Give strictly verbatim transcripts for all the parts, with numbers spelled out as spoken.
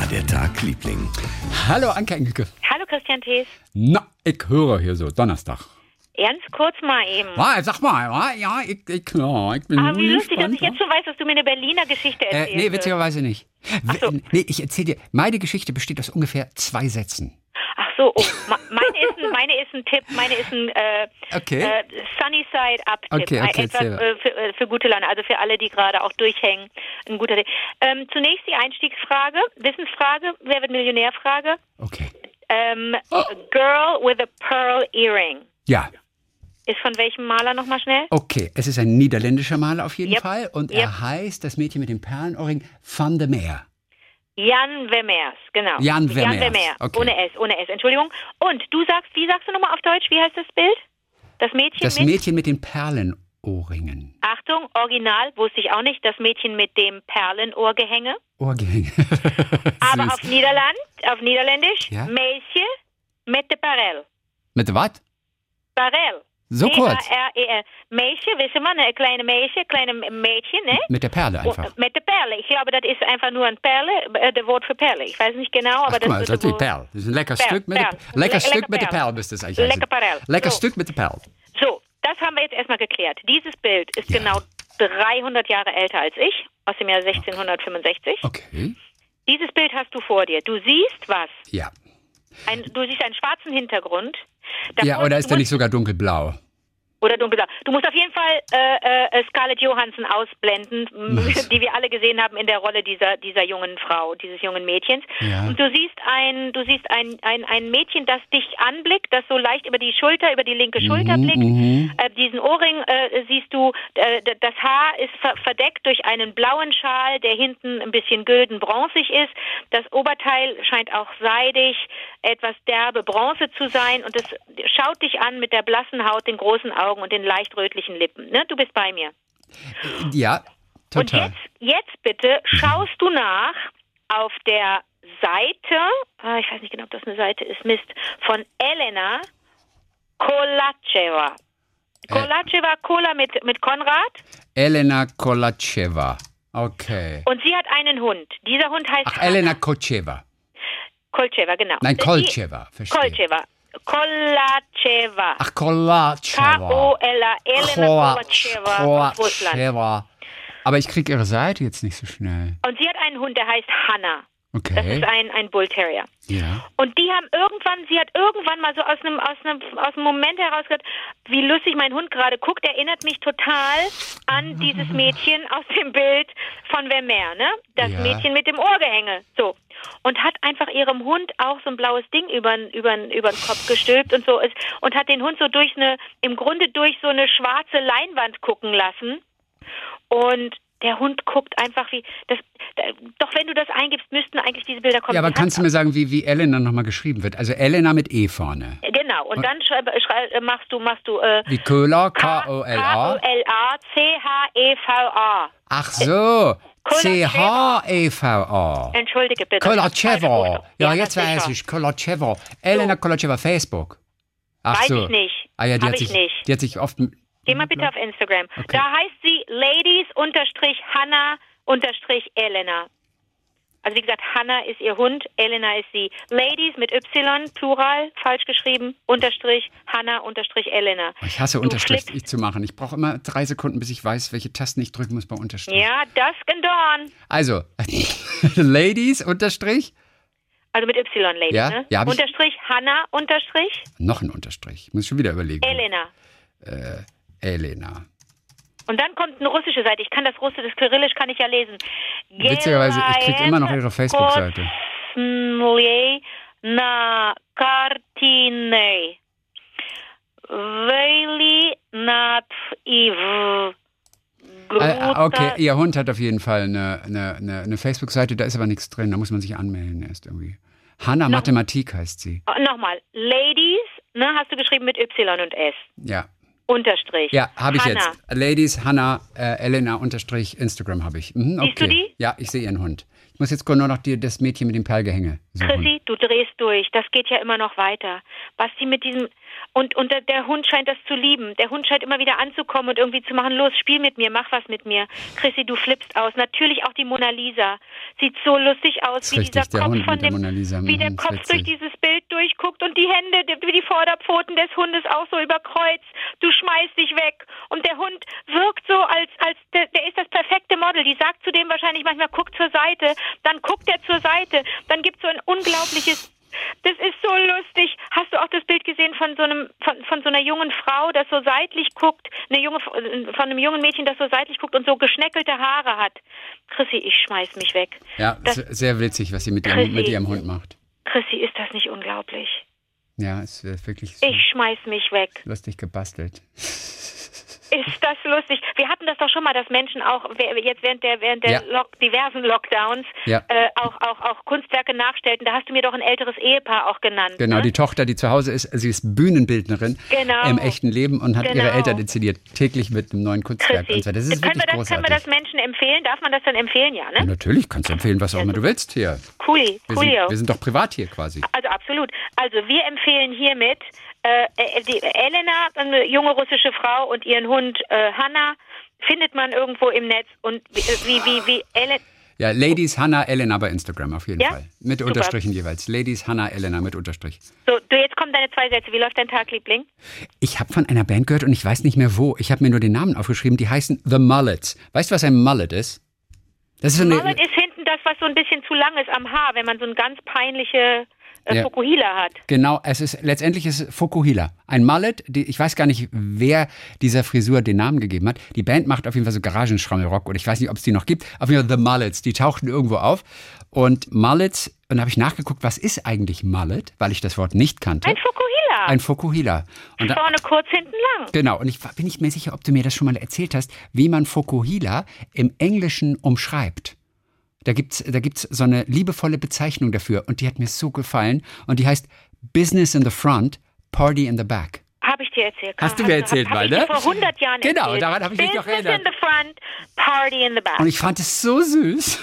war der Tag, Liebling? Hallo Anke Engelke. Hallo Christian Thees. Na, ich höre hier so, Donnerstag. Ganz kurz mal eben. Ja, sag mal, ja, ja ich, ich, ja, ich bin Aber nur wie lustig, dass gespannt, ich jetzt schon weiß, dass du mir eine Berliner Geschichte äh, erzählst. Nee, witzigerweise nicht. Ach so. Nee, ich erzähle dir, meine Geschichte besteht aus ungefähr zwei Sätzen. Ach so, oh, meine, ist ein, meine ist ein Tipp, meine ist ein äh, Okay. äh, Sunny Side Up Tipp. Okay, okay, Etwas erzähl. äh, für, äh, für gute Laune, also für alle, die gerade auch durchhängen. Ein guter Tipp. Ähm, zunächst die Einstiegsfrage, Wissensfrage, wer wird Millionärfrage? Okay. Ähm, a Girl with a Pearl Earring. Ja, Ist von welchem Maler nochmal schnell? okay. Es ist ein niederländischer Maler auf jeden Yep. Fall und Yep. er heißt, das Mädchen mit dem Perlenohrring, Van der Meer. Jan Vermeers, genau. Jan Vermeers, Jan Vermeer, okay. ohne S, ohne S, Entschuldigung. Und du sagst, wie sagst du nochmal auf Deutsch, wie heißt das Bild? Das Mädchen Das mit? Mädchen mit den Perlenohrringen. Achtung, Original, wusste ich auch nicht, das Mädchen mit dem Perlenohrgehänge. Ohrgänge. Aber Süß. auf Niederland, auf Niederländisch, Ja? Meisje met de parel. Mit was? Parel. So kurz? P A R E L. Meisje, wissen wir, ne? Kleine Meisje, kleine Mädchen, ne? Mit der Perle Oh, einfach. mit der Perle. Ich glaube, das ist einfach nur ein Perle, äh, das Wort für Perle. Ich weiß nicht genau, aber Ach, guck mal, das das ist wird die Perle. Das ist ein lecker Perl, Stück mit Perl. der lecker Le- Stück lecker mit der Perl. Perle müsste es eigentlich heißen. Lecker Perl. Lecker So. Stück mit der Perle. So, das haben wir jetzt erstmal geklärt. Dieses Bild ist Ja. genau dreihundert Jahre älter als ich, aus dem Jahr sechzehnhundertfünfundsechzig. Okay. Dieses Bild hast du vor dir. Du siehst was? Ja. Ein, du siehst einen schwarzen Hintergrund. Ja, Davor- oder ist du der musst- nicht sogar dunkelblau? Oder dunkelblau. Du musst auf jeden Fall äh, äh, Scarlett Johansson ausblenden, m, die wir alle gesehen haben in der Rolle dieser dieser jungen Frau, dieses jungen Mädchens. Ja. Und du siehst ein, du siehst ein, ein ein Mädchen, das dich anblickt, das so leicht über die Schulter, über die linke Schulter blickt. mhm. Äh, diesen Ohrring äh, siehst du. Äh, d- das Haar ist ver verdeckt durch einen blauen Schal, der hinten ein bisschen gülden bronzig ist. Das Oberteil scheint auch seidig, etwas derbe Bronze zu sein, und es schaut dich an mit der blassen Haut, den großen Augen und den leicht rötlichen Lippen. Ne? Du bist bei mir. Ja, total. Und jetzt, jetzt bitte schaust du nach auf der Seite, ah, ich weiß nicht genau, ob das eine Seite ist, Mist, von Elena Kolacheva. Kolacheva, Cola mit, mit Konrad. Elena Kolacheva. Okay. Und sie hat einen Hund. Dieser Hund heißt Ach, Elena Kocheva. Kolcheva, genau. Nein, Die- Kolcheva, verstehe. Kolcheva. Kolacheva. Ach, Kolacheva. K O L A, Elena Kolacheva aus Russland. Kolacheva. Aber ich kriege ihre Seite jetzt nicht so schnell. Und sie hat einen Hund, der heißt Hanna. Das Okay. ist ein, ein Bull Terrier. Ja. Und die haben irgendwann, sie hat irgendwann mal so aus einem, aus einem, aus einem Moment heraus gehört, wie lustig mein Hund gerade guckt, erinnert mich total an dieses Mädchen aus dem Bild von Vermeer, ne? Das Ja. Mädchen mit dem Ohrgehänge. So. Und hat einfach ihrem Hund auch so ein blaues Ding über über über den Kopf gestülpt und so ist, und hat den Hund so durch eine, im Grunde durch so eine schwarze Leinwand gucken lassen. Und der Hund guckt einfach wie, das, da, doch wenn du das eingibst, müssten eigentlich diese Bilder kommen. Ja, aber Die kannst du hat- mir sagen, wie, wie Elena nochmal geschrieben wird? Also Elena mit E vorne. Genau, und dann schreib, schreib, machst du, machst du äh, Wie Köhler, K O L A. K O L A C H E V A. Ach so, C Kolacheva. H E V A. Entschuldige bitte. Kolacheva. Ja, jetzt das ist weiß schon. ich. Kolacheva. Elena Kolacheva, Facebook. Ach Weiß so. ich nicht. Ah ja, die Hab hat ich sich, nicht. die hat sich oft. Geh mal bitte auf Instagram. Okay. Da heißt sie Ladies-Hanna-Elena. Also wie gesagt, Hanna ist ihr Hund, Elena ist sie. Ladies mit Y, Plural, falsch geschrieben, Unterstrich, Hanna, Unterstrich, Elena. Ich hasse Du Unterstrich flippst- ich zu machen. Ich brauche immer drei Sekunden, bis ich weiß, welche Tasten ich drücken muss bei Unterstrich. Ja, Dusk and Dawn. Also, Ladies, Unterstrich, Also mit Y, Ladies, Ja, ne? ja, hab ich- Unterstrich, Hanna, Unterstrich, noch ein Unterstrich. Muss ich schon wieder überlegen. Elena. Elena. Und dann kommt eine russische Seite. Ich kann das Russische, das Kyrillisch kann ich ja lesen. Witzigerweise, ich krieg immer noch ihre Facebook-Seite. Kosmlej na kartine. Veli nat i v. Ah, okay, ihr Hund hat auf jeden Fall eine, eine, eine, eine Facebook-Seite, da ist aber nichts drin, da muss man sich anmelden erst irgendwie. Hanna Mathematik heißt sie. Nochmal, Ladies, ne, hast du geschrieben mit Y und S. Ja. Unterstrich. Ja, habe ich Hanna. jetzt. Ladies, Hanna, äh, Elena, Unterstrich, Instagram habe ich. Mhm, okay. Siehst du die? Ja, ich sehe ihren Hund. Ich muss jetzt nur noch die, das Mädchen mit dem Perlgehänge suchen. Chrissy, du drehst durch. Das geht ja immer noch weiter. Basti mit diesem... Und, und der, der Hund scheint das zu lieben. Der Hund scheint immer wieder anzukommen und irgendwie zu machen, los, spiel mit mir, mach was mit mir. Chrissy, du flippst aus. Natürlich auch die Mona Lisa. Sieht so lustig aus, wie richtig, dieser Kopf von dem, wie der Kopf durch dieses Bild durchguckt und die Hände, wie die Vorderpfoten des Hundes auch so überkreuzt. Du schmeißt dich weg. Und der Hund wirkt so, als, als der, der ist das perfekte Model. Die sagt zu dem wahrscheinlich manchmal, guck zur Seite. Dann guckt er zur Seite. Dann gibt es so ein unglaubliches... Das ist so lustig. Hast du auch das Bild gesehen von so einem von, von so einer jungen Frau, das so seitlich guckt, eine junge von einem jungen Mädchen, das so seitlich guckt und so geschnäckelte Haare hat? Chrissy, ich schmeiß mich weg. Ja, das, sehr witzig, was sie mit ihrem, mit ihrem Hund macht. Chrissy, ist das nicht unglaublich? Ja, es ist wirklich so. Ich schmeiß mich weg. Lustig gebastelt. Ist das lustig? Wir hatten das doch schon mal, dass Menschen auch jetzt während der während der ja. Lock, diversen Lockdowns ja. äh, auch, auch, auch Kunstwerke nachstellten. Da hast du mir doch ein älteres Ehepaar auch genannt. Genau, ne? Die Tochter, die zu Hause ist, sie ist Bühnenbildnerin genau. im echten Leben und hat genau. ihre Eltern inszeniert, täglich mit einem neuen Kunstwerk. Und so. Das ist können, wirklich wir das, großartig. können wir das Menschen empfehlen? Darf man das dann empfehlen, ja, ne? Ja, natürlich, kannst du empfehlen, was auch immer du willst hier. Cooli, wir, coolio. sind, wir sind doch privat hier quasi. Also absolut. Also wir empfehlen hiermit äh, die Elena, eine junge russische Frau und ihren Hund äh, Hanna, findet man irgendwo im Netz und wie, wie, wie, wie Elena... Ja, Ladies Hanna Elena bei Instagram auf jeden ja? Fall. Mit Super. Unterstrichen jeweils. Ladies Hanna Elena mit Unterstrich. So, du, jetzt kommen deine zwei Sätze. Wie läuft dein Tag, Liebling? Ich habe von einer Band gehört und ich weiß nicht mehr wo. Ich habe mir nur den Namen aufgeschrieben. Die heißen The Mullets. Weißt du, was ein Mullet ist? Das ist so eine, Mullet ist hinten das, was so ein bisschen zu lang ist am Haar, wenn man so eine ganz peinliche... Ja. Fukuhila hat. Genau, es ist letztendlich ist Fukuhila. Ein Mullet, die, ich weiß gar nicht, wer dieser Frisur den Namen gegeben hat. Die Band macht auf jeden Fall so Garagenschrammelrock oder ich weiß nicht, ob es die noch gibt. Auf jeden Fall The Mullets, die tauchten irgendwo auf. Und Mullets, und da habe ich nachgeguckt, was ist eigentlich Mullet, weil ich das Wort nicht kannte. Ein Fukuhila. Ein Fukuhila. Und da, vorne kurz, hinten lang. Genau, und ich bin nicht mehr sicher, ob du mir das schon mal erzählt hast, wie man Fukuhila im Englischen umschreibt. Da gibt's, da gibt's so eine liebevolle Bezeichnung dafür und die hat mir so gefallen und die heißt Business in the front, Party in the back. Habe ich dir erzählt. Hast du mir erzählt, hab, mal, hab ne? Ich dir vor hundert Jahren genau, erzählt. Daran habe ich mich noch erinnert. Business in the front, Party in the back. Und ich fand es so süß.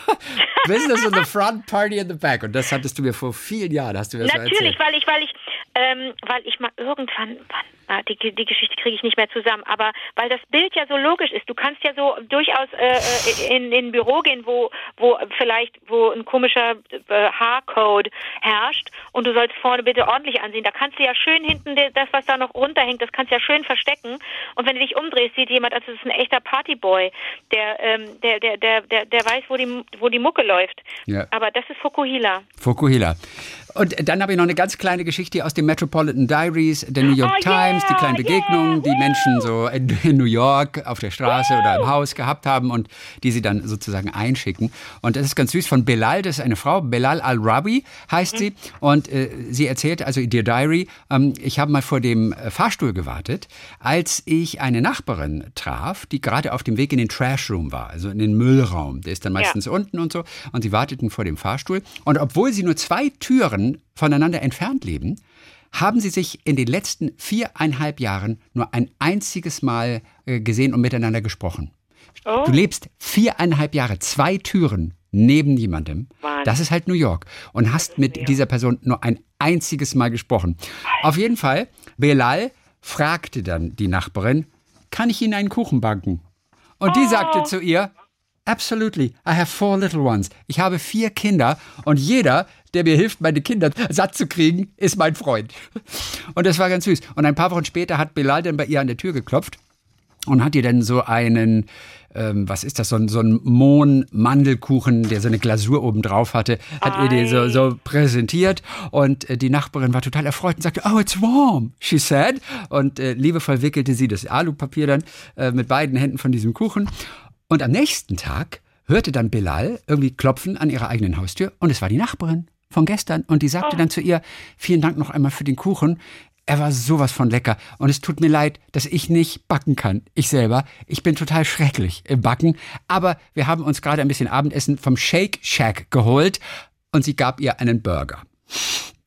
Business in the front, Party in the back. Und das hattest du mir vor vielen Jahren, hast du mir das Natürlich, so erzählt. weil ich, weil ich, ähm, weil ich mal irgendwann, wann, die, die Geschichte kriege ich nicht mehr zusammen, aber weil das Bild ja so logisch ist. Du kannst ja so durchaus äh, in, in ein Büro gehen, wo, wo vielleicht, wo ein komischer äh, Haarcode herrscht und du sollst vorne bitte ordentlich ansehen. Da kannst du ja schön hinten das, was da noch runterhängt, das kannst du ja schön verstecken. Und wenn du dich umdrehst, sieht jemand, als es ist ein echter Partyboy, der, ähm, der, der, der, der, der weiß, wo die, wo die Mucke läuft. Ja. Aber das ist Fukuhila. Fukuhila. Und dann habe ich noch eine ganz kleine Geschichte aus den Metropolitan Diaries, der New York oh, Times, yeah, die kleinen Begegnungen, yeah, die Menschen so in, in New York auf der Straße oder im Haus gehabt haben und die sie dann sozusagen einschicken. Und das ist ganz süß von Belal, das ist eine Frau, Belal Al-Rabi heißt mhm. sie. Und äh, sie erzählt, also in Dear Diary, ähm, ich habe mal vor dem Fahrstuhl gewartet, als ich eine Nachbarin traf, die gerade auf dem Weg in den Trashroom war, also in den Müllraum. Der ist dann meistens ja. unten und so. Und sie warteten vor dem Fahrstuhl. Und obwohl sie nur zwei Türen voneinander entfernt leben, haben sie sich in den letzten viereinhalb Jahren nur ein einziges Mal äh, gesehen und miteinander gesprochen. Oh. Du lebst viereinhalb Jahre, zwei Türen neben jemandem. Mann. Das ist halt New York. Und hast mit New dieser Person nur ein einziges Mal gesprochen. Auf jeden Fall, Belal fragte dann die Nachbarin, kann ich Ihnen einen Kuchen backen? Und oh. die sagte zu ihr, absolutely, I have four little ones. Ich habe vier Kinder und jeder, der mir hilft, meine Kinder satt zu kriegen, ist mein Freund. Und das war ganz süß. Und ein paar Wochen später hat Belal dann bei ihr an der Tür geklopft und hat ihr dann so einen, ähm, was ist das, so ein, so ein Mohn-Mandelkuchen, der so eine Glasur oben drauf hatte, hat Ei. ihr den so, so präsentiert. Und äh, die Nachbarin war total erfreut und sagte, oh, it's warm, she said. Und äh, liebevoll wickelte sie das Alupapier dann äh, mit beiden Händen von diesem Kuchen. Und am nächsten Tag hörte dann Belal irgendwie klopfen an ihrer eigenen Haustür und es war die Nachbarin von gestern und die sagte oh. dann zu ihr, vielen Dank noch einmal für den Kuchen, er war sowas von lecker und es tut mir leid, dass ich nicht backen kann, ich selber, ich bin total schrecklich im Backen, aber wir haben uns gerade ein bisschen Abendessen vom Shake Shack geholt und sie gab ihr einen Burger.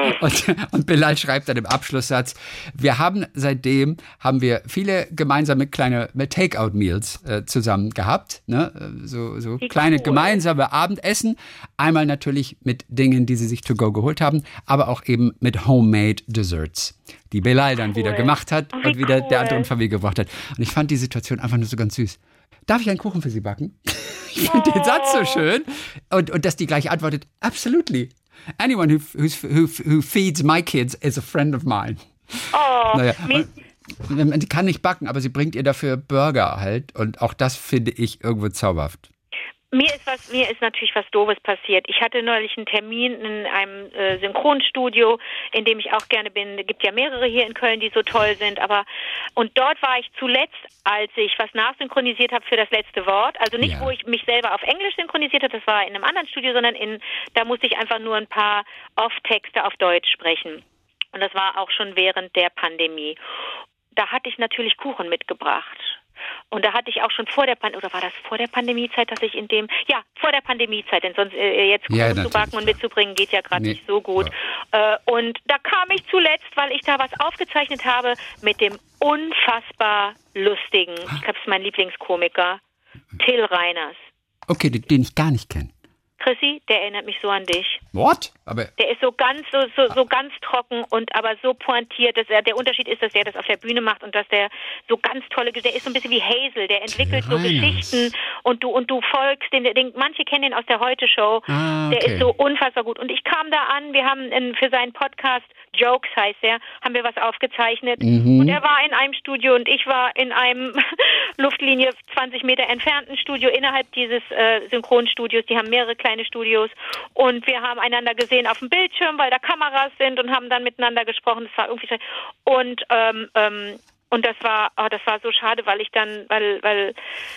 Und, und Bilal schreibt dann im Abschlusssatz, wir haben seitdem, haben wir viele gemeinsame kleine Take-out-Meals äh, zusammen gehabt, ne? so, so kleine cool. gemeinsame Abendessen, einmal natürlich mit Dingen, die sie sich to go geholt haben, aber auch eben mit Homemade Desserts, die Bilal dann cool. wieder gemacht hat oh, und wieder cool. der anderen Familie gebracht hat. Und ich fand die Situation einfach nur so ganz süß. Darf ich einen Kuchen für Sie backen? Ich finde oh. den Satz so schön. Und, und dass die gleich antwortet, absolutely. Anyone who, who, who feeds my kids is a friend of mine. Oh, naja, und, die kann nicht backen, aber sie bringt ihr dafür Burger halt. Und auch das finde ich irgendwo zauberhaft. Mir ist was, mir ist natürlich was Doofes passiert. Ich hatte neulich einen Termin in einem äh, Synchronstudio, in dem ich auch gerne bin. Es gibt ja mehrere hier in Köln, die so toll sind, aber und dort war ich zuletzt, als ich was nachsynchronisiert habe für das letzte Wort. Also nicht, ja. wo ich mich selber auf Englisch synchronisiert habe, das war in einem anderen Studio, sondern in, da musste ich einfach nur ein paar Off-Texte auf Deutsch sprechen. Und das war auch schon während der Pandemie. Da hatte ich natürlich Kuchen mitgebracht. Und da hatte ich auch schon vor der Pandemie, oder war das vor der Pandemiezeit, dass ich in dem, ja, vor der Pandemiezeit, denn sonst äh, jetzt Kuchen ja, zu backen und mitzubringen geht ja gerade nee. nicht so gut. Ja. Äh, und da kam ich zuletzt, weil ich da was aufgezeichnet habe mit dem unfassbar lustigen, ich glaube, es ist mein Lieblingskomiker, Till Reiners. Okay, den, den ich gar nicht kenne. Chrissy, der erinnert mich so an dich. What? Aber der ist so ganz, so, so, so ganz trocken und aber so pointiert, dass er, der Unterschied ist, dass der das auf der Bühne macht und dass der so ganz tolle, der ist so ein bisschen wie Hazel, der entwickelt so Geschichten und du, und du folgst den, den, manche kennen ihn aus der Heute-Show, ah, okay. der ist so unfassbar gut. Und ich kam da an, wir haben in, für seinen Podcast, Jokes heißt der, haben wir was aufgezeichnet mhm. und er war in einem Studio und ich war in einem Luftlinie zwanzig Meter entfernten Studio innerhalb dieses äh, Synchronstudios, die haben mehrere kleine Studios und wir haben einander gesehen auf dem Bildschirm, weil da Kameras sind und haben dann miteinander gesprochen. Das war irgendwie schön. Und ähm, ähm, und das war, oh, das war so schade, weil ich dann, weil, weil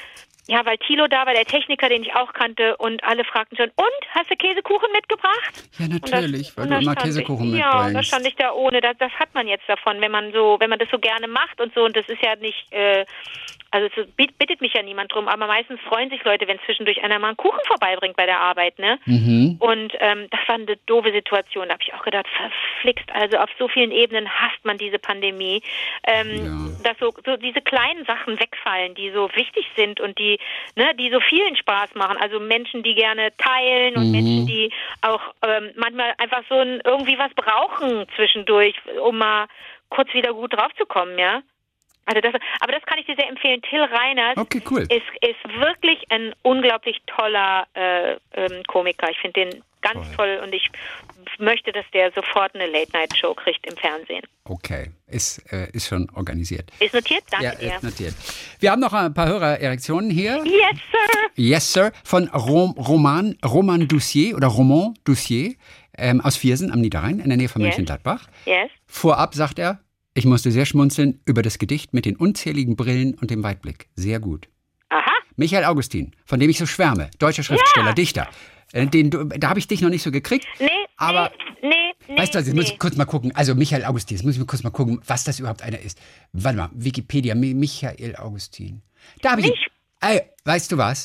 ja, weil Thilo da war, der Techniker, den ich auch kannte, und alle fragten schon, und, hast du Käsekuchen mitgebracht? Ja, natürlich, das, weil du immer Käsekuchen ich, mitbringst. Ja, und da stand ich da ohne, das, das hat man jetzt davon, wenn man so, wenn man das so gerne macht und so, und das ist ja nicht, äh, also es bittet mich ja niemand drum, aber meistens freuen sich Leute, wenn zwischendurch einer mal einen Kuchen vorbeibringt bei der Arbeit, ne? Mhm. Und ähm, das war eine doofe Situation, da habe ich auch gedacht, verflixt, also auf so vielen Ebenen hasst man diese Pandemie, ähm, ja. dass so, so diese kleinen Sachen wegfallen, die so wichtig sind und die, ne, die so vielen Spaß machen, also Menschen, die gerne teilen und mhm. Menschen, die auch ähm, manchmal einfach so ein, irgendwie was brauchen zwischendurch, um mal kurz wieder gut draufzukommen, ja? Also das, aber das kann ich dir sehr empfehlen. Till Reiners okay, cool. ist, ist wirklich ein unglaublich toller äh, ähm, Komiker. Ich finde den ganz toll. toll und ich möchte, dass der sofort eine Late-Night-Show kriegt im Fernsehen. Okay, ist, äh, ist schon organisiert. Ist notiert? Danke ja, dir. Ist notiert. Wir haben noch ein paar Hörererektionen hier. Yes, sir. Yes, sir. Von Rom, Roman, Roman Doucier oder Roman Doucier ähm, aus Viersen am Niederrhein in der Nähe von yes. Mönchengladbach. Yes. Vorab sagt er, ich musste sehr schmunzeln über das Gedicht mit den unzähligen Brillen und dem Weitblick. Sehr gut. Aha. Michael Augustin, von dem ich so schwärme. Deutscher Schriftsteller, ja. Dichter. Den, da habe ich dich noch nicht so gekriegt. Nee, aber nee, nee. Weißt du, jetzt nee. muss ich kurz mal gucken. Also Michael Augustin, jetzt muss ich mal kurz mal gucken, was das überhaupt einer ist. Warte mal, Wikipedia, Michael Augustin. Da habe ich... Nicht? Ey, weißt du was?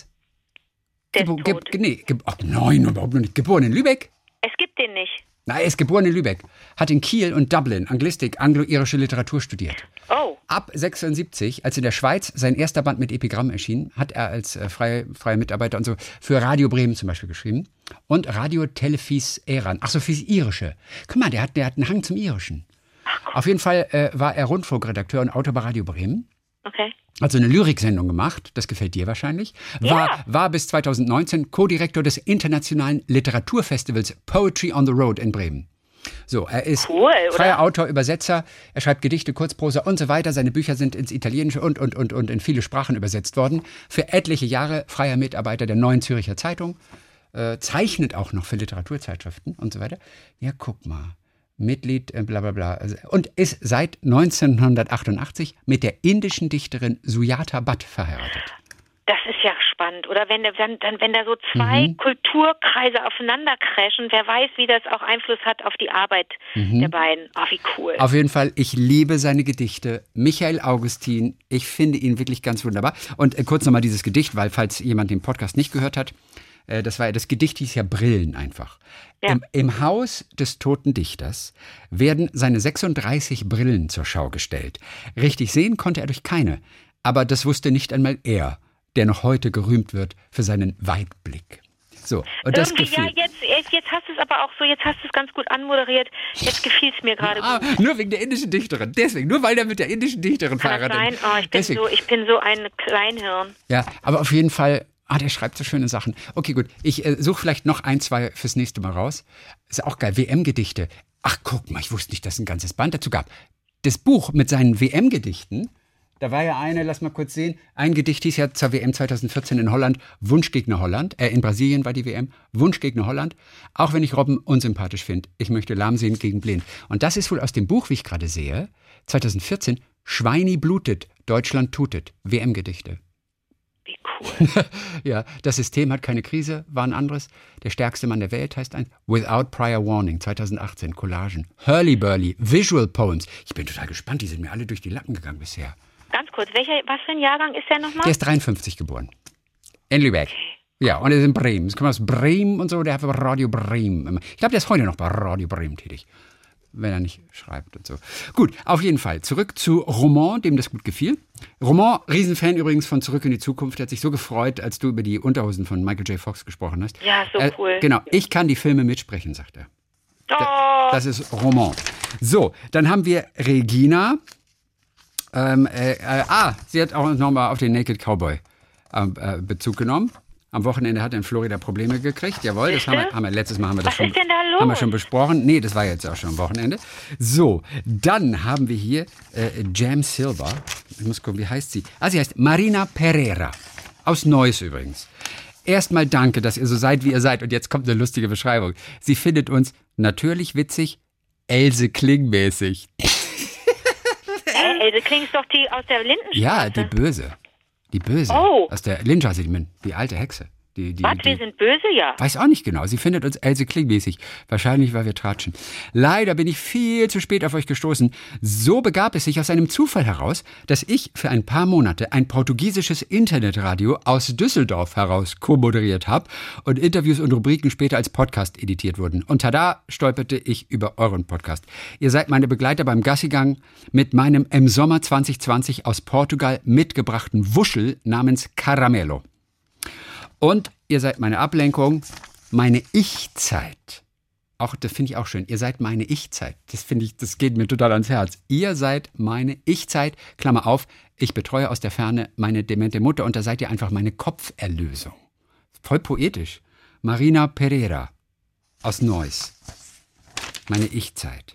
Der Gebo- ist tot. Ge- nee, ge- ach nein, überhaupt noch nicht. Geboren in Lübeck? Es gibt den nicht. Nein, er ist geboren in Lübeck, hat in Kiel und Dublin Anglistik, anglo-irische Literatur studiert. Oh. Ab sechsundsiebzig, als in der Schweiz sein erster Band mit Epigramm erschien, hat er als äh, freie, freie Mitarbeiter und so für Radio Bremen zum Beispiel geschrieben. Und Radio Telefis Eran, ach so, fürs Irische. Guck mal, der hat, der hat einen Hang zum Irischen. Auf jeden Fall äh, war er Rundfunkredakteur und Autor bei Radio Bremen. Okay. Hat so eine Lyriksendung gemacht, das gefällt dir wahrscheinlich. War, ja. war bis zweitausendneunzehn Co-Direktor des internationalen Literaturfestivals Poetry on the Road in Bremen. So, er ist cool, freier oder? Autor, Übersetzer, er schreibt Gedichte, Kurzprosa und so weiter. Seine Bücher sind ins Italienische und, und, und, und in viele Sprachen übersetzt worden. Für etliche Jahre freier Mitarbeiter der Neuen Zürcher Zeitung, äh, zeichnet auch noch für Literaturzeitschriften und so weiter. Ja, guck mal. Mitglied, äh, bla bla bla. Und ist seit neunzehnhundertachtundachtzig mit der indischen Dichterin Sujata Bhatt verheiratet. Das ist ja spannend. Oder wenn, dann, dann, wenn da so zwei mhm. Kulturkreise aufeinander crashen, wer weiß, wie das auch Einfluss hat auf die Arbeit mhm. der beiden. Oh, wie cool. Auf jeden Fall, ich liebe seine Gedichte. Michael Augustin, ich finde ihn wirklich ganz wunderbar. Und äh, kurz nochmal dieses Gedicht, weil falls jemand den Podcast nicht gehört hat, Äh, das war das Gedicht hieß ja Brillen einfach. Ja. Im, Im Haus des toten Dichters werden seine sechsunddreißig Brillen zur Schau gestellt. Richtig sehen konnte er durch keine, aber das wusste nicht einmal er, der noch heute gerühmt wird für seinen Weitblick. So, und das Irgendwie, gefiel. ja, jetzt, jetzt hast du es aber auch so, jetzt hast du es ganz gut anmoderiert. Jetzt gefiel es mir gerade ah, gut. Nur wegen der indischen Dichterin. Deswegen, nur weil er mit der indischen Dichterin Kann das verheiratet sein? Oh, ich bin Deswegen. so, ich bin so ein Kleinhirn. Ja, aber auf jeden Fall, ah, der schreibt so schöne Sachen. Okay, gut, ich äh, suche vielleicht noch ein, zwei fürs nächste Mal raus. Ist auch geil, W M-Gedichte. Ach, guck mal, ich wusste nicht, dass es ein ganzes Band dazu gab. Das Buch mit seinen W M-Gedichten, da war ja eine, lass mal kurz sehen, ein Gedicht hieß ja zur W M zweitausendvierzehn in Holland, Wunschgegner Holland, äh, in Brasilien war die W M, Wunschgegner Holland, auch wenn ich Robben unsympathisch finde, ich möchte lahm sehen gegen blind. Und das ist wohl aus dem Buch, wie ich gerade sehe, zweitausendvierzehn, Schweini blutet, Deutschland tutet, W M-Gedichte. Wie cool. Ja, das System hat keine Krise, war ein anderes. Der stärkste Mann der Welt heißt eins. Without Prior Warning, zweitausendachtzehn, Collagen. Hurly-Burly, Visual Poems. Ich bin total gespannt, die sind mir alle durch die Lappen gegangen bisher. Ganz kurz, welcher, was für ein Jahrgang ist der nochmal? Der ist dreiundfünfzig geboren. In Lübeck. Ja, und er ist in Bremen. Es kommt aus Bremen und so, der hat bei Radio Bremen immer. Ich glaube, der ist heute noch bei Radio Bremen tätig. Wenn er nicht schreibt und so. Gut, auf jeden Fall. Zurück zu Roman, dem das gut gefiel. Roman, Riesenfan übrigens von Zurück in die Zukunft. Der hat sich so gefreut, als du über die Unterhosen von Michael J. Fox gesprochen hast. Ja, so äh, cool. Genau, ich kann die Filme mitsprechen, sagt er. Oh. Das ist Roman. So, dann haben wir Regina. Ähm, äh, äh, ah, sie hat auch nochmal auf den Naked Cowboy äh, Bezug genommen. Am Wochenende hat er in Florida Probleme gekriegt. Jawohl, das haben wir, haben wir letztes Mal haben wir das Was schon, ist denn da los? haben wir schon besprochen. Nee, das war jetzt auch schon am Wochenende. So, dann haben wir hier äh, Jam Silver. Ich muss gucken, wie heißt sie? Ah, sie heißt Marina Pereira. Aus Neuss übrigens. Erstmal danke, dass ihr so seid, wie ihr seid. Und jetzt kommt eine lustige Beschreibung. Sie findet uns natürlich witzig, Else Kling-mäßig. Äh, Else Kling ist doch die aus der Lindenstraße. Ja, die Böse. Die Böse. Oh. Aus der Lindenstraße, die, die alte Hexe. Die, die, Was, die, wir sind böse, ja? Weiß auch nicht genau. Sie findet uns Else Kling-mäßig. Wahrscheinlich, weil wir tratschen. Leider bin ich viel zu spät auf euch gestoßen. So begab es sich aus einem Zufall heraus, dass ich für ein paar Monate ein portugiesisches Internetradio aus Düsseldorf heraus co-moderiert habe und Interviews und Rubriken später als Podcast editiert wurden. Und tada, stolperte ich über euren Podcast. Ihr seid meine Begleiter beim Gassigang mit meinem im Sommer zwanzig zwanzig aus Portugal mitgebrachten Wuschel namens Caramelo. Und ihr seid meine Ablenkung, meine Ich-Zeit. Auch, das finde ich auch schön. Ihr seid meine Ich-Zeit. Das finde ich, das geht mir total ans Herz. Ihr seid meine Ich-Zeit. Klammer auf, ich betreue aus der Ferne meine demente Mutter und da seid ihr einfach meine Kopferlösung. Voll poetisch. Marina Pereira aus Neuss. Meine Ich-Zeit.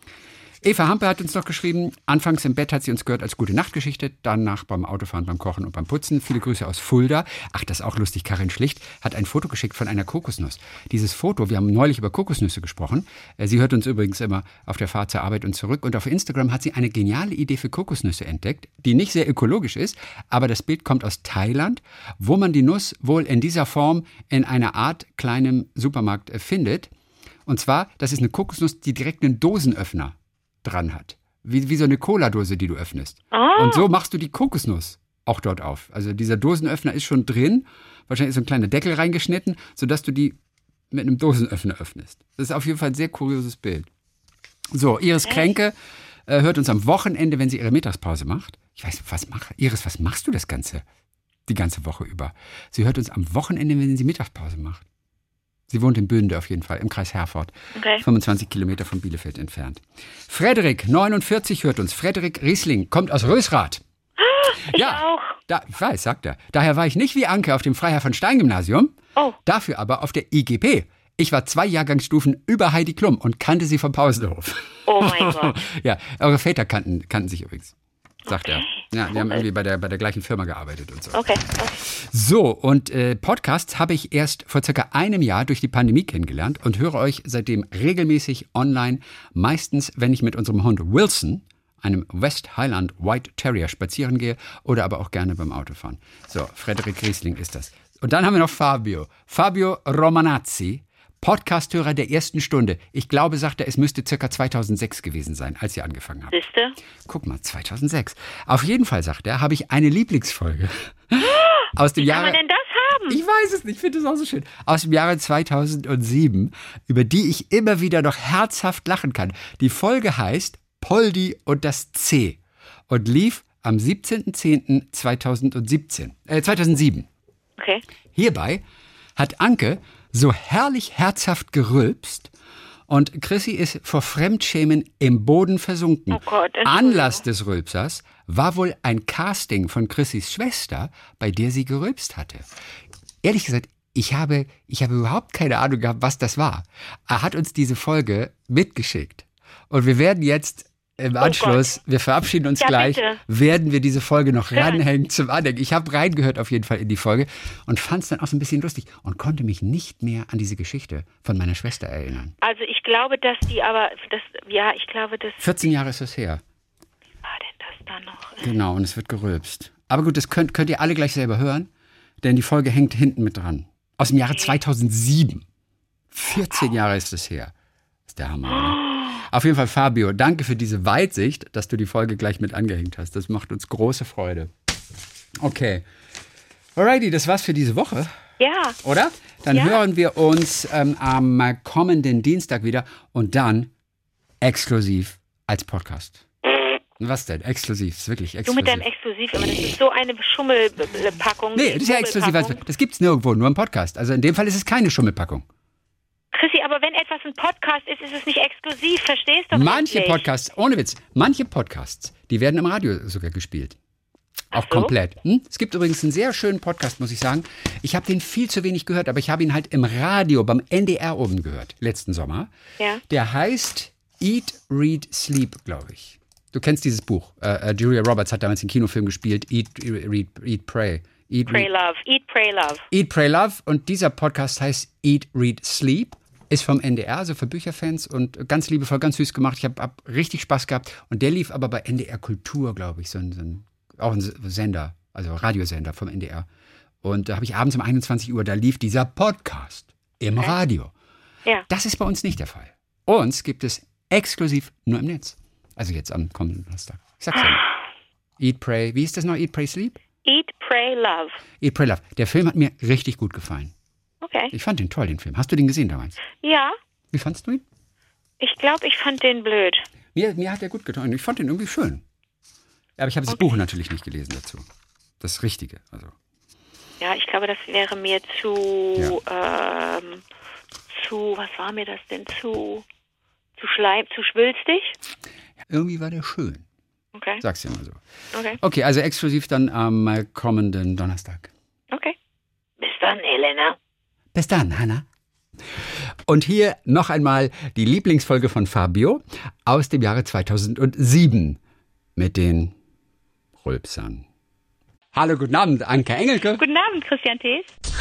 Eva Hampe hat uns noch geschrieben, anfangs im Bett hat sie uns gehört als gute Nachtgeschichte, danach beim Autofahren, beim Kochen und beim Putzen. Viele Grüße aus Fulda. Ach, das ist auch lustig, Karin Schlicht hat ein Foto geschickt von einer Kokosnuss. Dieses Foto, wir haben neulich über Kokosnüsse gesprochen. Sie hört uns übrigens immer auf der Fahrt zur Arbeit und zurück. Und auf Instagram hat sie eine geniale Idee für Kokosnüsse entdeckt, die nicht sehr ökologisch ist, aber das Bild kommt aus Thailand, wo man die Nuss wohl in dieser Form in einer Art kleinem Supermarkt findet. Und zwar, das ist eine Kokosnuss, die direkt einen Dosenöffner dran hat. Wie, wie so eine Cola-Dose, die du öffnest. Oh. Und so machst du die Kokosnuss auch dort auf. Also dieser Dosenöffner ist schon drin. Wahrscheinlich ist so ein kleiner Deckel reingeschnitten, sodass du die mit einem Dosenöffner öffnest. Das ist auf jeden Fall ein sehr kurioses Bild. So, Iris Kränke äh, hört uns am Wochenende, wenn sie ihre Mittagspause macht. Ich weiß, was macht Iris, was machst du das Ganze? Die ganze Woche über. Sie hört uns am Wochenende, wenn sie Mittagspause macht. Sie wohnt in Bünde auf jeden Fall, im Kreis Herford. Okay. fünfundzwanzig Kilometer von Bielefeld entfernt. Frederik, neunundvierzig, hört uns. Frederik Riesling, kommt aus Rösrath. Ich ja, auch. Da, ich weiß, sagt er. Daher war ich nicht wie Anke auf dem Freiherr von Stein Gymnasium, oh. dafür aber auf der I G P. Ich war zwei Jahrgangsstufen über Heidi Klum und kannte sie vom Pausenhof. Oh mein Gott. Ja, eure Väter kannten, kannten sich übrigens. Sagt okay. er. Ja, die haben irgendwie bei der, bei der gleichen Firma gearbeitet und so. Okay. okay. So, und äh, Podcasts habe ich erst vor circa einem Jahr durch die Pandemie kennengelernt und höre euch seitdem regelmäßig online, meistens, wenn ich mit unserem Hund Wilson, einem West Highland White Terrier, spazieren gehe oder aber auch gerne beim Autofahren. So, Frederik Riesling ist das. Und dann haben wir noch Fabio. Fabio Romanazzi, Podcasthörer der ersten Stunde. Ich glaube, sagt er, es müsste circa zweitausendsechs gewesen sein, als ihr angefangen habt. Siehste? Guck mal, zweitausendsechs. Auf jeden Fall, sagt er, habe ich eine Lieblingsfolge. Aus dem Wie Jahre, kann man denn das haben? Ich weiß es nicht, ich finde es auch so schön. Aus dem Jahre zweitausendsieben, über die ich immer wieder noch herzhaft lachen kann. Die Folge heißt Poldi und das C und lief am siebzehnten zehnten zweitausendsiebzehn, äh, zweitausendsieben. Okay. Hierbei hat Anke so herrlich herzhaft gerülpst und Chrissy ist vor Fremdschämen im Boden versunken. Oh Gott, Anlass des Rülpsers war wohl ein Casting von Chrissys Schwester, bei der sie gerülpst hatte. Ehrlich gesagt, ich habe, ich habe überhaupt keine Ahnung gehabt, was das war. Er hat uns diese Folge mitgeschickt. Und wir werden jetzt im Anschluss, oh wir verabschieden uns ja, gleich, bitte. werden wir diese Folge noch Ja. ranhängen zum Andenken. Ich habe reingehört auf jeden Fall in die Folge und fand es dann auch so ein bisschen lustig und konnte mich nicht mehr an diese Geschichte von meiner Schwester erinnern. Also ich glaube, dass die aber, das, ja, ich glaube, das, vierzehn Jahre ist es her. wie war denn das da noch? Genau, und es wird gerülpst. Aber gut, das könnt, könnt ihr alle gleich selber hören, denn die Folge hängt hinten mit dran. Aus dem Jahre Okay. zweitausendsieben. vierzehn Jahre ist es her. Das ist der Hammer, oder? Auf jeden Fall, Fabio, danke für diese Weitsicht, dass du die Folge gleich mit angehängt hast. Das macht uns große Freude. Okay. Alrighty, das war's für diese Woche, Ja, oder? Dann Ja. hören wir uns ähm, am kommenden Dienstag wieder und dann exklusiv als Podcast. Was denn? Exklusiv, ist wirklich du exklusiv. mit deinem Exklusiv, aber das ist so eine Schummelpackung. Nee, das ist ja exklusiv. Das gibt's nirgendwo, nur im Podcast. Also in dem Fall ist es keine Schummelpackung. Chrissy, aber wenn etwas ein Podcast ist, ist es nicht exklusiv, verstehst du? Manche endlich? Podcasts, ohne Witz, manche Podcasts, die werden im Radio sogar gespielt. Auch Ach so? komplett. Hm? Es gibt übrigens einen sehr schönen Podcast, muss ich sagen. Ich habe den viel zu wenig gehört, aber ich habe ihn halt im Radio beim N D R oben gehört, letzten Sommer. Ja. Der heißt Eat, Read, Sleep, glaube ich. Du kennst dieses Buch. Äh, äh, Julia Roberts hat damals den Kinofilm gespielt, Eat, Read, Eat, Pray. Eat, Pray read, Love, Eat, Pray Love. Eat, Pray, Love. Und dieser Podcast heißt Eat, Read, Sleep. Ist vom N D R, also für Bücherfans und ganz liebevoll, ganz süß gemacht. Ich habe hab richtig Spaß gehabt. Und der lief aber bei N D R Kultur, glaube ich, so ein, so ein, auch ein Sender, also Radiosender vom N D R. Und da habe ich abends um einundzwanzig Uhr, da lief dieser Podcast im Okay. Radio. Ja. Das ist bei uns nicht der Fall. Uns gibt es exklusiv nur im Netz. Also jetzt am kommenden Donnerstag. Ich sag's ja. Eat, Pray, wie ist das noch? Eat, Pray, Sleep? Eat, Pray, Love. Eat, Pray, Love. Der Film hat mir richtig gut gefallen. Okay. Ich fand den toll, den Film. Hast du den gesehen damals? Ja, Wie fandst du ihn? ich glaube, ich fand den blöd. Mir, mir hat er gut getan. Ich fand den irgendwie schön. Aber ich habe das Okay. Buch natürlich nicht gelesen dazu. Das Richtige. Also. Ja, ich glaube, das wäre mir zu, ähm, zu, was war mir das denn, zu, zu schleim, zu schwülstig? Irgendwie war der schön. Okay, Sag's dir mal so. okay, Okay, also exklusiv dann am kommenden Donnerstag. okay. Bis dann, Elena. Bis dann, Hanna. Und hier noch einmal die Lieblingsfolge von Fabio aus dem Jahre zweitausendsieben mit den Rülpsern. Hallo, guten Abend, Anke Engelke. Guten Abend, Christian Thees.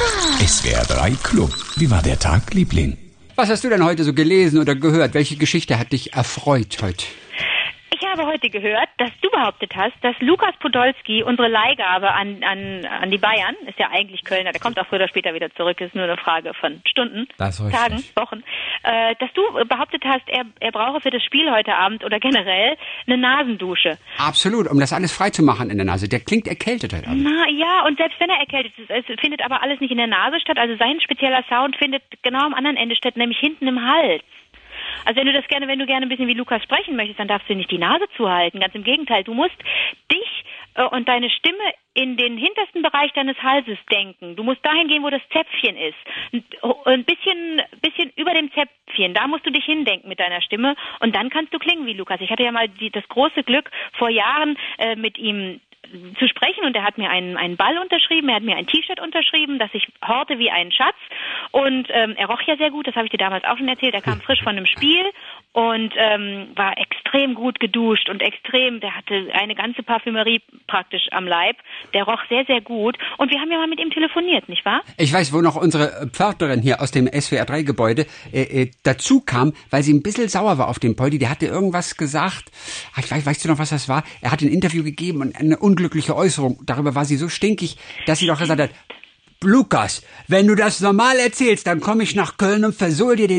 S W R drei Club. Wie war der Tag, Liebling? Was hast du denn heute so gelesen oder gehört? Welche Geschichte hat dich erfreut heute? Ich habe heute gehört, dass du behauptet hast, dass Lukas Podolski unsere Leihgabe an, an, an die Bayern, ist ja eigentlich Kölner, der kommt auch früher oder später wieder zurück, ist nur eine Frage von Stunden, Das ist richtig. Tagen, Wochen, äh, dass du behauptet hast, er, er brauche für das Spiel heute Abend oder generell eine Nasendusche. Absolut, um das alles frei zu machen in der Nase. Der klingt erkältet heute Abend. Na ja, und selbst wenn er erkältet ist, es findet aber alles nicht in der Nase statt, also sein spezieller Sound findet genau am anderen Ende statt, nämlich hinten im Hals. Also wenn du das gerne, wenn du gerne ein bisschen wie Lukas sprechen möchtest, dann darfst du nicht die Nase zuhalten. Ganz im Gegenteil, du musst dich äh, und deine Stimme in den hintersten Bereich deines Halses denken. Du musst dahin gehen, wo das Zäpfchen ist. Ein, ein bisschen, bisschen über dem Zäpfchen. Da musst du dich hindenken mit deiner Stimme und dann kannst du klingen wie Lukas. Ich hatte ja mal die, das große Glück, vor Jahren äh, mit ihm zu sprechen und er hat mir einen, einen Ball unterschrieben, er hat mir ein T-Shirt unterschrieben, das ich horte wie einen Schatz und ähm, er roch ja sehr gut, das habe ich dir damals auch schon erzählt, er kam frisch von einem Spiel und ähm, war extrem gut geduscht und extrem, der hatte eine ganze Parfümerie praktisch am Leib, der roch sehr, sehr gut und wir haben ja mal mit ihm telefoniert, nicht wahr? Ich weiß, wo noch unsere Pförtnerin hier aus dem S W R drei Gebäude äh, äh, dazu kam, weil sie ein bisschen sauer war auf den Poldi. Der hatte irgendwas gesagt. Ach, ich weiß, weißt du noch, was das war? Er hat ein Interview gegeben und eine unglückliche Äußerung. Darüber war sie so stinkig, dass sie doch gesagt hat, Lukas, wenn du das normal erzählst, dann komme ich nach Köln und versohl dir den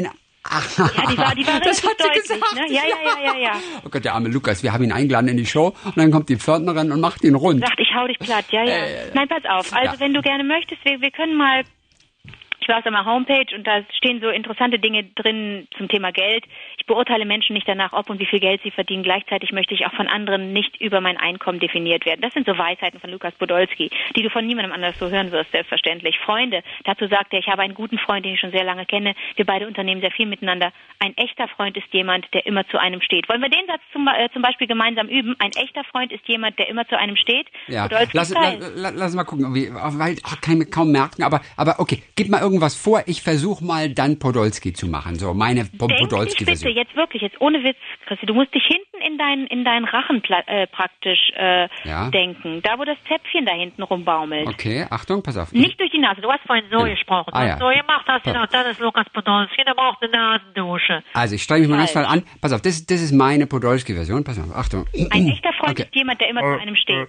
Ja, die war, die war Das relativ hat sie deutlich, gesagt. ne? Ja, ja, ja, ja, ja. Oh Gott, der arme Lukas, wir haben ihn eingeladen in die Show und dann kommt die Pförtnerin und macht ihn rund. Sagt, ich hau dich platt, ja, ja. Äh, Nein, pass auf. Also, ja. wenn du gerne möchtest, wir, wir können mal... Ich war auf meiner Homepage und da stehen so interessante Dinge drin zum Thema Geld. Ich beurteile Menschen nicht danach, ob und wie viel Geld sie verdienen. Gleichzeitig möchte ich auch von anderen nicht über mein Einkommen definiert werden. Das sind so Weisheiten von Lukas Podolski, die du von niemandem anders so hören wirst, selbstverständlich. Freunde, dazu sagt er, ich habe einen guten Freund, den ich schon sehr lange kenne. Wir beide unternehmen sehr viel miteinander. Ein echter Freund ist jemand, der immer zu einem steht. Wollen wir den Satz zum, äh, zum Beispiel gemeinsam üben? Ein echter Freund ist jemand, der immer zu einem steht. Ja, Podolski lass, Style. lass, lass, lass mal gucken, wie, weil ach, kann ich mir kaum merken, aber, aber okay, gib mal irgendwas vor, ich versuche mal dann Podolski zu machen, so meine Po- Denk dich Podolski-Version. bitte, jetzt wirklich, jetzt ohne Witz, Christi, du musst dich hinten in deinen in deinen Rachen pla- äh, praktisch äh, Ja. denken, da wo das Zäpfchen da hinten rumbaumelt. Okay, Achtung, pass auf. Nicht durch die Nase, du hast vorhin so Ja. gesprochen. Ah, Du ja. hast so gemacht, hast gedacht, das ist Lukas Podolski, der braucht eine Nasendusche. Also ich streng mich mal ganz Falsch. voll an. Pass auf, das, das ist meine Podolski-Version. Pass auf, Achtung. Ein echter Freund Okay. ist jemand, der immer zu einem steht.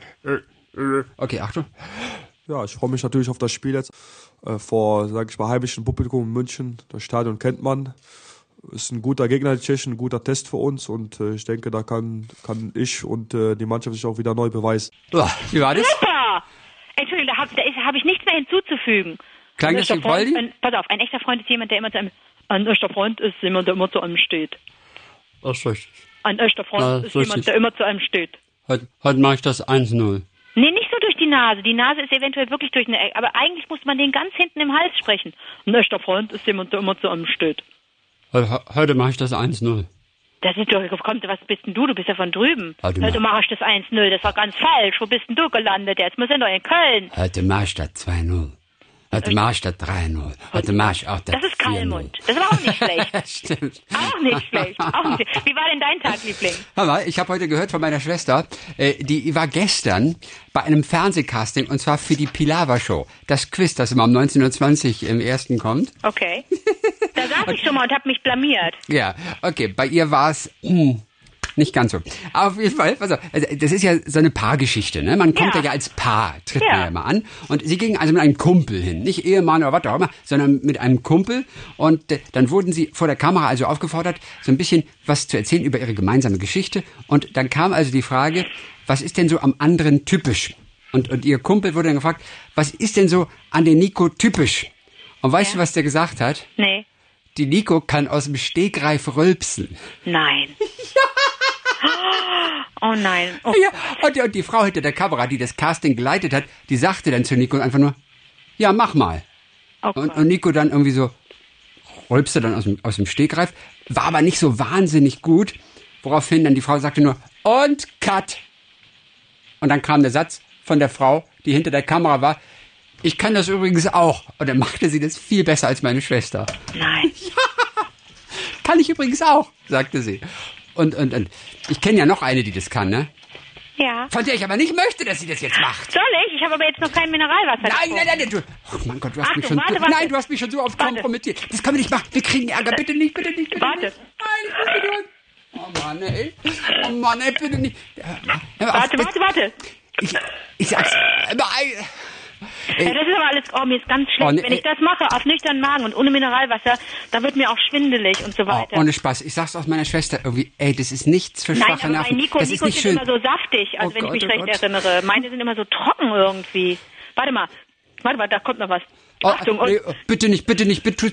Okay, Achtung. Ja, ich freue mich natürlich auf das Spiel jetzt äh, vor, sage ich mal, heimischem Publikum in München. Das Stadion kennt man. Ist ein guter Gegner, die Tschechen, ein guter Test für uns und äh, ich denke, da kann, kann ich und äh, die Mannschaft sich auch wieder neu beweisen. Uah, Wie war das? Super! Entschuldigung, da habe da ist- hab ich nichts mehr hinzuzufügen. Klang Ein das echter wie Poldi? Freund, ein, pass auf, ein echter Freund ist jemand, der immer zu einem... Ein echter Freund ist jemand, der immer zu einem steht. Das ist richtig. Ein echter Freund Na, ist richtig. jemand, der immer zu einem steht. Heute, heute mache ich das eins null. Nee, nicht so durch die Nase. Die Nase ist eventuell wirklich durch eine Ecke. Aber eigentlich muss man den ganz hinten im Hals sprechen. Ein echter Freund ist jemand, der immer zu einem steht. Heute, heute mache ich das eins null. Das ist doch, kommt, was bist denn du? Du bist ja von drüben. Warte mal. Heute mache ich das eins null. Das war ganz falsch. Wo bist denn du gelandet jetzt? Wir sind doch in Köln. Heute mach ich das zwei null. Heute mach ich das drei null. Heute mach ich auch das Das ist vier null. Kalmund. Das war auch nicht schlecht. Stimmt. Auch nicht schlecht. Auch nicht. Wie war denn dein Tag, Liebling? Hör mal, ich habe heute gehört von meiner Schwester, äh, die war gestern bei einem Fernsehcasting und zwar für die Pilava Show. Das Quiz, das immer um neunzehn Uhr zwanzig im ersten kommt. Okay. Da saß ich schon mal und habe mich blamiert. Ja, okay, bei ihr war es hm, nicht ganz so. Aber auf jeden Fall, pass auf, also das ist ja so eine Paargeschichte, ne? Man kommt ja, Ja. ja als Paar, tritt Ja. man ja immer an. Und sie ging also mit einem Kumpel hin, nicht Ehemann oder was auch immer, sondern mit einem Kumpel. Und äh, dann wurden sie vor der Kamera also aufgefordert, so ein bisschen was zu erzählen über ihre gemeinsame Geschichte. Und dann kam also die Frage, was ist denn so am anderen typisch? Und, und ihr Kumpel wurde dann gefragt, was ist denn so an den Nico typisch? Und weißt Ja. du, was der gesagt hat? Nee. Die Nico kann aus dem Stegreif rülpsen. Nein. Oh nein. Oh. Ja, und die, und die Frau hinter der Kamera, die das Casting geleitet hat, die sagte dann zu Nico einfach nur, ja, mach mal. Oh Und, Gott. und Nico dann irgendwie so, rülpste dann aus dem, aus dem Stegreif, war aber nicht so wahnsinnig gut, woraufhin dann die Frau sagte nur, und cut. Und dann kam der Satz von der Frau, die hinter der Kamera war, ich kann das übrigens auch. Und dann machte sie das viel besser als meine Schwester. Nein. Kann ich übrigens auch, sagte sie. Und, und, und ich kenne ja noch eine, die das kann, ne? Ja. Von der ich aber nicht möchte, dass sie das jetzt macht. Soll ich? Ich habe aber jetzt noch kein Mineralwasser. Nein, getrunken. nein, nein, du. Oh mein Gott, du hast Achtung, mich schon. warte, du, warte. Nein, du hast mich schon so oft Warte. kompromittiert. Das können wir nicht machen. Wir kriegen Ärger. Bitte nicht, bitte nicht, bitte Warte. nicht. Nein, ich muss bitte nicht. Oh Mann, ey. Oh Mann, ey, bitte nicht. Hör mal auf, Warte, warte, warte. Ich, ich sag's. Nein. Ja, das ist aber alles, oh, mir ist ganz schlecht. Oh, nee, Wenn ich das mache, auf nüchternen Magen und ohne Mineralwasser, da wird mir auch schwindelig und so Oh, weiter. ohne Spaß. Ich sag's aus meiner Schwester irgendwie. Ey, das ist nichts für Nein, schwache aber bei Nerven. Nico, Das Nico ist nicht sind schön. immer so saftig, also Oh wenn Gott, ich mich oh recht Gott. erinnere. Meine sind immer so trocken irgendwie. Warte mal. Warte mal, da kommt noch was. Oh, Achtung, und, nee, bitte nicht, bitte nicht, bitte.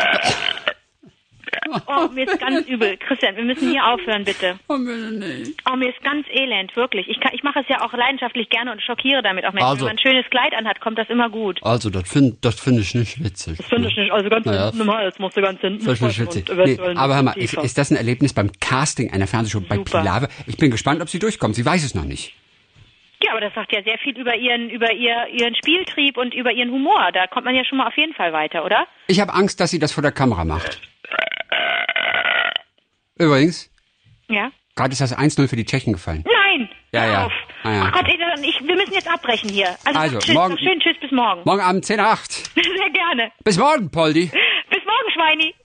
oh, mir ist ganz übel. Christian, wir müssen hier aufhören, bitte. Oh, bitte nicht. Oh, mir ist ganz elend, wirklich. Ich, kann, ich mache es ja auch leidenschaftlich gerne und schockiere damit auch Menschen. Also. Wenn man ein schönes Kleid anhat, kommt das immer gut. Also, das finde das find ich nicht witzig. Das finde ich nicht. Also ganz Naja. hinten im Hals musst du ganz hinten Das ist nicht sprechen witzig. und Nee, eventuell ein aber hör mal, bisschen ist, tiefer. ist das ein Erlebnis beim Casting einer Fernsehshow bei Super. Pilave? Ich bin gespannt, ob sie durchkommt. Sie weiß es noch nicht. Ja, aber das sagt ja sehr viel über ihren, über ihr, ihren Spieltrieb und über ihren Humor. Da kommt man ja schon mal auf jeden Fall weiter, oder? Ich habe Angst, dass sie das vor der Kamera macht. Übrigens, Ja. gerade ist das eins null für die Tschechen gefallen. Nein! Ja, hör ja. auf. Ah, ja. Ach Gott, ich, ich, wir müssen jetzt abbrechen hier. Also, Also, tschüss, morgen- noch schön, tschüss, bis morgen. Morgen Abend zehn nach acht. Sehr gerne. Bis morgen, Poldi. Bis morgen, Schweini.